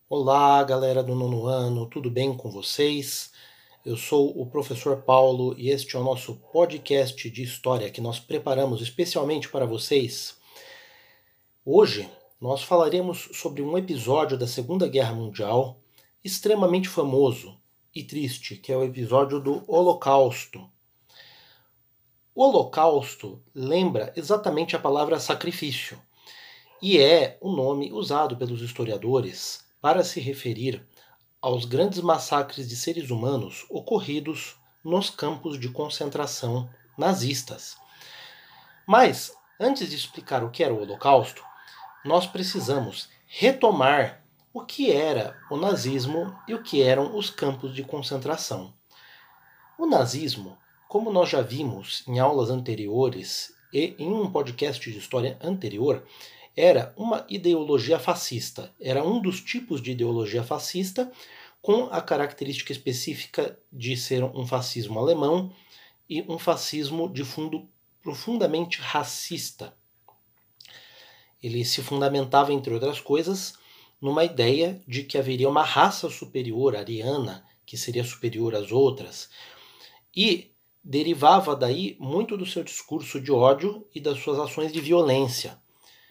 Olá, galera do nono ano, tudo bem com vocês? Eu sou o professor Paulo e este é o nosso podcast de história que nós preparamos especialmente para vocês. Hoje nós falaremos sobre um episódio da Segunda Guerra Mundial extremamente famoso e triste, que é o episódio do Holocausto. O Holocausto lembra exatamente a palavra sacrifício e é o nome usado pelos historiadores para se referir aos grandes massacres de seres humanos ocorridos nos campos de concentração nazistas. Mas, antes de explicar o que era o Holocausto, nós precisamos retomar o que era o nazismo e o que eram os campos de concentração. O nazismo, como nós já vimos em aulas anteriores e em um podcast de história anterior, era uma ideologia fascista. Era um dos tipos de ideologia fascista com a característica específica de ser um fascismo alemão e um fascismo de fundo profundamente racista. Ele se fundamentava, entre outras coisas, numa ideia de que haveria uma raça superior, ariana, que seria superior às outras, e derivava daí muito do seu discurso de ódio e das suas ações de violência.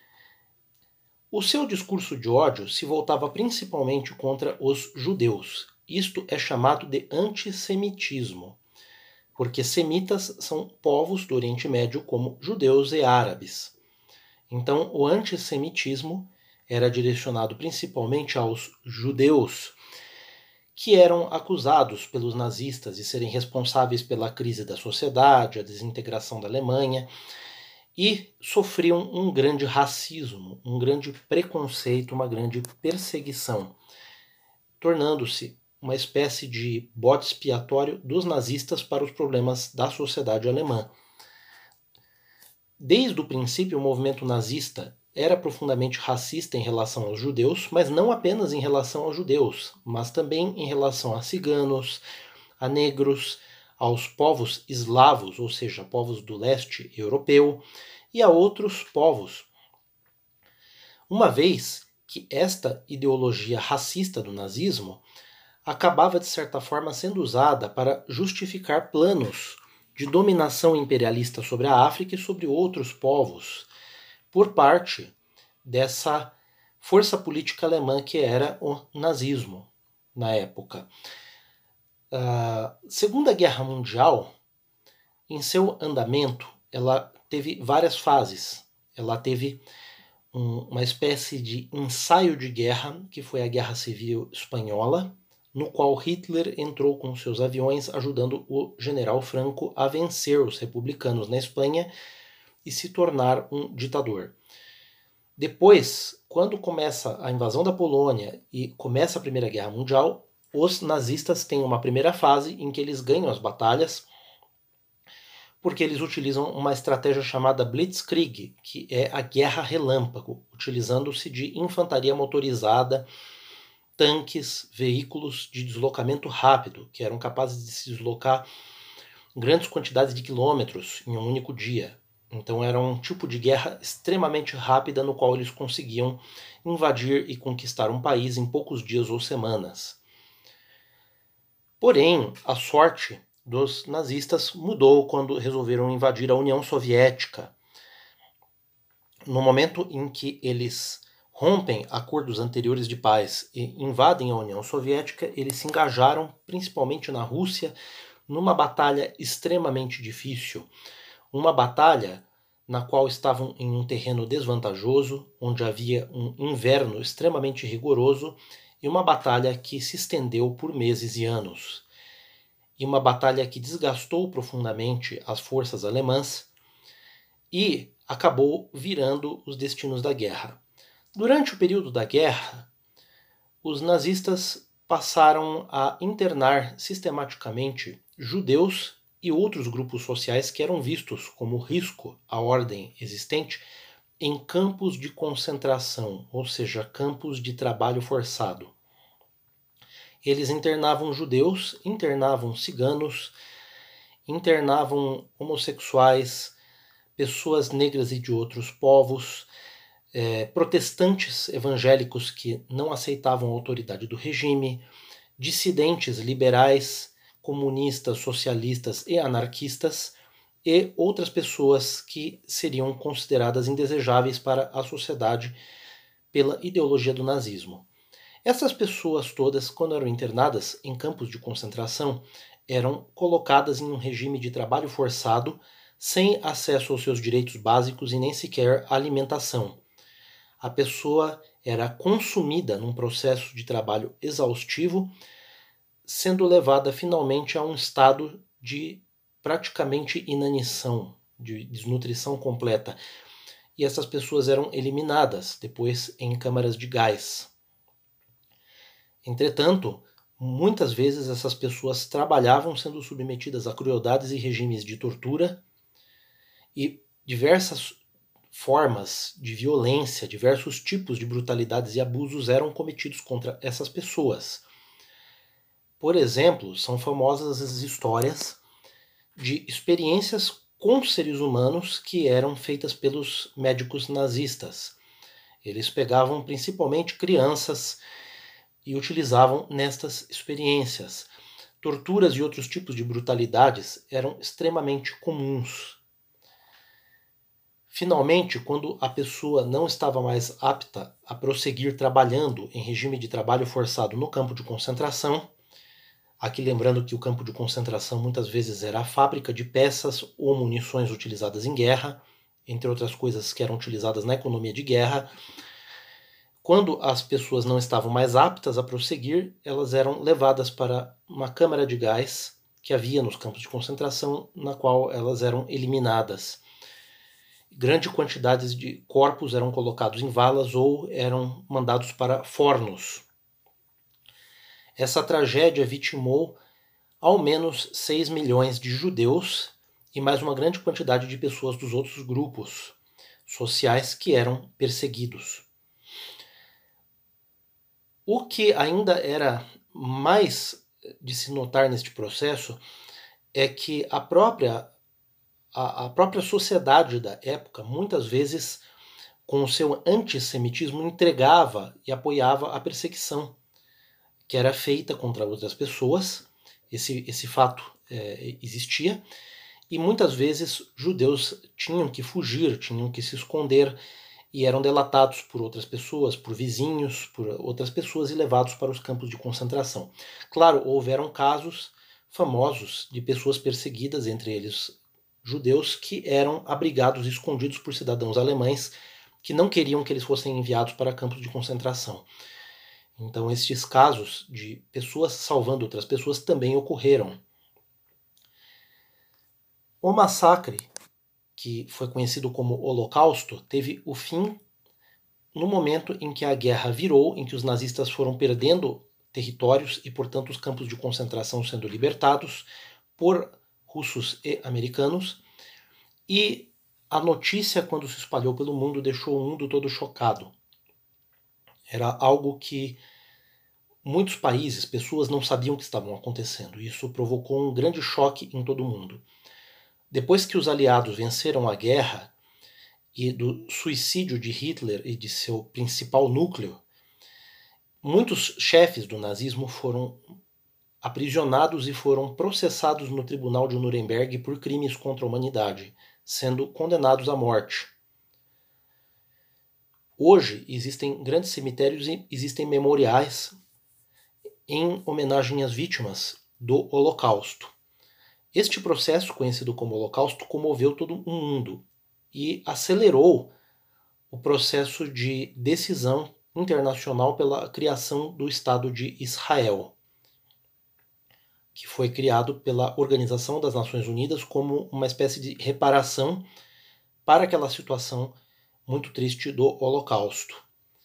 O seu discurso de ódio se voltava principalmente contra os judeus. Isto é chamado de antissemitismo, porque semitas são povos do Oriente Médio como judeus e árabes. Então, o antissemitismo era direcionado principalmente aos judeus, que eram acusados pelos nazistas de serem responsáveis pela crise da sociedade, a desintegração da Alemanha, e sofriam um grande racismo, um grande preconceito, uma grande perseguição, tornando-se uma espécie de bode expiatório dos nazistas para os problemas da sociedade alemã. Desde o princípio, o movimento nazista era profundamente racista em relação aos judeus, mas não apenas em relação aos judeus, mas também em relação a ciganos, a negros, aos povos eslavos, ou seja, povos do leste europeu, e a outros povos. Uma vez que esta ideologia racista do nazismo acabava, de certa forma, sendo usada para justificar planos de dominação imperialista sobre a África e sobre outros povos, por parte dessa força política alemã que era o nazismo na época. A Segunda Guerra Mundial, em seu andamento, ela teve várias fases. Ela teve uma espécie de ensaio de guerra, que foi a Guerra Civil Espanhola, no qual Hitler entrou com seus aviões ajudando o general Franco a vencer os republicanos na Espanha e se tornar um ditador. Depois, quando começa a invasão da Polônia e começa a Primeira Guerra Mundial, os nazistas têm uma primeira fase em que eles ganham as batalhas, porque eles utilizam uma estratégia chamada Blitzkrieg, que é a guerra relâmpago, utilizando-se de infantaria motorizada, tanques, veículos de deslocamento rápido, que eram capazes de se deslocar grandes quantidades de quilômetros em um único dia. Então era um tipo de guerra extremamente rápida no qual eles conseguiam invadir e conquistar um país em poucos dias ou semanas. Porém, a sorte dos nazistas mudou quando resolveram invadir a União Soviética. No momento em que eles rompem acordos anteriores de paz e invadem a União Soviética, eles se engajaram principalmente na Rússia numa batalha extremamente difícil, uma batalha na qual estavam em um terreno desvantajoso, onde havia um inverno extremamente rigoroso e uma batalha que se estendeu por meses e anos. E uma batalha que desgastou profundamente as forças alemãs e acabou virando os destinos da guerra. Durante o período da guerra, os nazistas passaram a internar sistematicamente judeus e outros grupos sociais que eram vistos como risco à ordem existente em campos de concentração, ou seja, campos de trabalho forçado. Eles internavam judeus, internavam ciganos, internavam homossexuais, pessoas negras e de outros povos, protestantes evangélicos que não aceitavam a autoridade do regime, dissidentes liberais, comunistas, socialistas e anarquistas, e outras pessoas que seriam consideradas indesejáveis para a sociedade pela ideologia do nazismo. Essas pessoas todas, quando eram internadas em campos de concentração, eram colocadas em um regime de trabalho forçado, sem acesso aos seus direitos básicos e nem sequer alimentação. A pessoa era consumida num processo de trabalho exaustivo, sendo levada finalmente a um estado de praticamente inanição, de desnutrição completa. E essas pessoas eram eliminadas depois em câmaras de gás. Entretanto, muitas vezes essas pessoas trabalhavam sendo submetidas a crueldades e regimes de tortura e diversas formas de violência, diversos tipos de brutalidades e abusos eram cometidos contra essas pessoas. Por exemplo, são famosas as histórias de experiências com seres humanos que eram feitas pelos médicos nazistas. Eles pegavam principalmente crianças e utilizavam nestas experiências. Torturas e outros tipos de brutalidades eram extremamente comuns. Finalmente, quando a pessoa não estava mais apta a prosseguir trabalhando em regime de trabalho forçado no campo de concentração, aqui lembrando que o campo de concentração muitas vezes era a fábrica de peças ou munições utilizadas em guerra, entre outras coisas que eram utilizadas na economia de guerra. Quando as pessoas não estavam mais aptas a prosseguir, elas eram levadas para uma câmara de gás que havia nos campos de concentração, na qual elas eram eliminadas. Grande quantidades de corpos eram colocados em valas ou eram mandados para fornos. Essa tragédia vitimou ao menos 6 milhões de judeus e mais uma grande quantidade de pessoas dos outros grupos sociais que eram perseguidos. O que ainda era mais de se notar neste processo é que a própria sociedade da época, muitas vezes, com o seu antissemitismo, entregava e apoiava a perseguição que era feita contra outras pessoas. Esse fato existia, e muitas vezes judeus tinham que fugir, tinham que se esconder, e eram delatados por outras pessoas, por vizinhos, por outras pessoas e levados para os campos de concentração. Claro, houveram casos famosos de pessoas perseguidas, entre eles judeus, que eram abrigados e escondidos por cidadãos alemães que não queriam que eles fossem enviados para campos de concentração. Então, estes casos de pessoas salvando outras pessoas também ocorreram. O massacre, que foi conhecido como Holocausto, teve o fim no momento em que a guerra virou, em que os nazistas foram perdendo territórios e, portanto, os campos de concentração sendo libertados por russos e americanos, e a notícia, quando se espalhou pelo mundo, deixou o mundo todo chocado. Era algo que muitos países, pessoas não sabiam o que estavam acontecendo. Isso provocou um grande choque em todo o mundo. Depois que os aliados venceram a guerra e do suicídio de Hitler e de seu principal núcleo, muitos chefes do nazismo foram aprisionados e foram processados no tribunal de Nuremberg por crimes contra a humanidade, sendo condenados à morte. Hoje existem grandes cemitérios e existem memoriais em homenagem às vítimas do Holocausto. Este processo, conhecido como Holocausto, comoveu todo o mundo e acelerou o processo de decisão internacional pela criação do Estado de Israel, que foi criado pela Organização das Nações Unidas como uma espécie de reparação para aquela situação muito triste do Holocausto.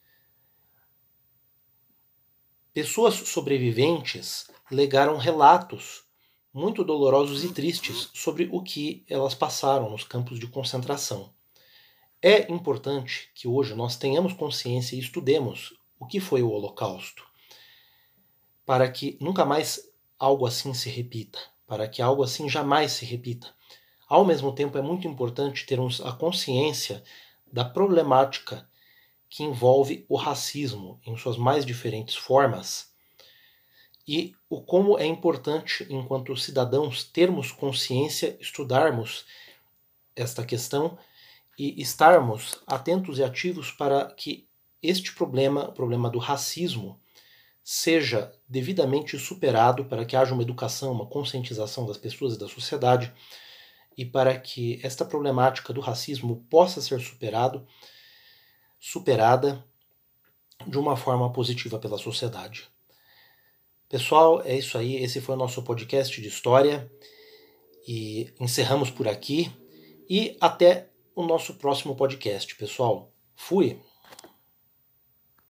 Pessoas sobreviventes legaram relatos muito dolorosos e tristes sobre o que elas passaram nos campos de concentração. É importante que hoje nós tenhamos consciência e estudemos o que foi o Holocausto, para que nunca mais algo assim se repita, para que algo assim jamais se repita. Ao mesmo tempo, é muito importante termos a consciência da problemática que envolve o racismo em suas mais diferentes formas e o como é importante, enquanto cidadãos, termos consciência, estudarmos esta questão e estarmos atentos e ativos para que este problema, o problema do racismo, seja devidamente superado, para que haja uma educação, uma conscientização das pessoas e da sociedade, e para que esta problemática do racismo possa ser superada de uma forma positiva pela sociedade. Pessoal, é isso aí. Esse foi o nosso podcast de história e encerramos por aqui. E até o nosso próximo podcast, pessoal. Fui!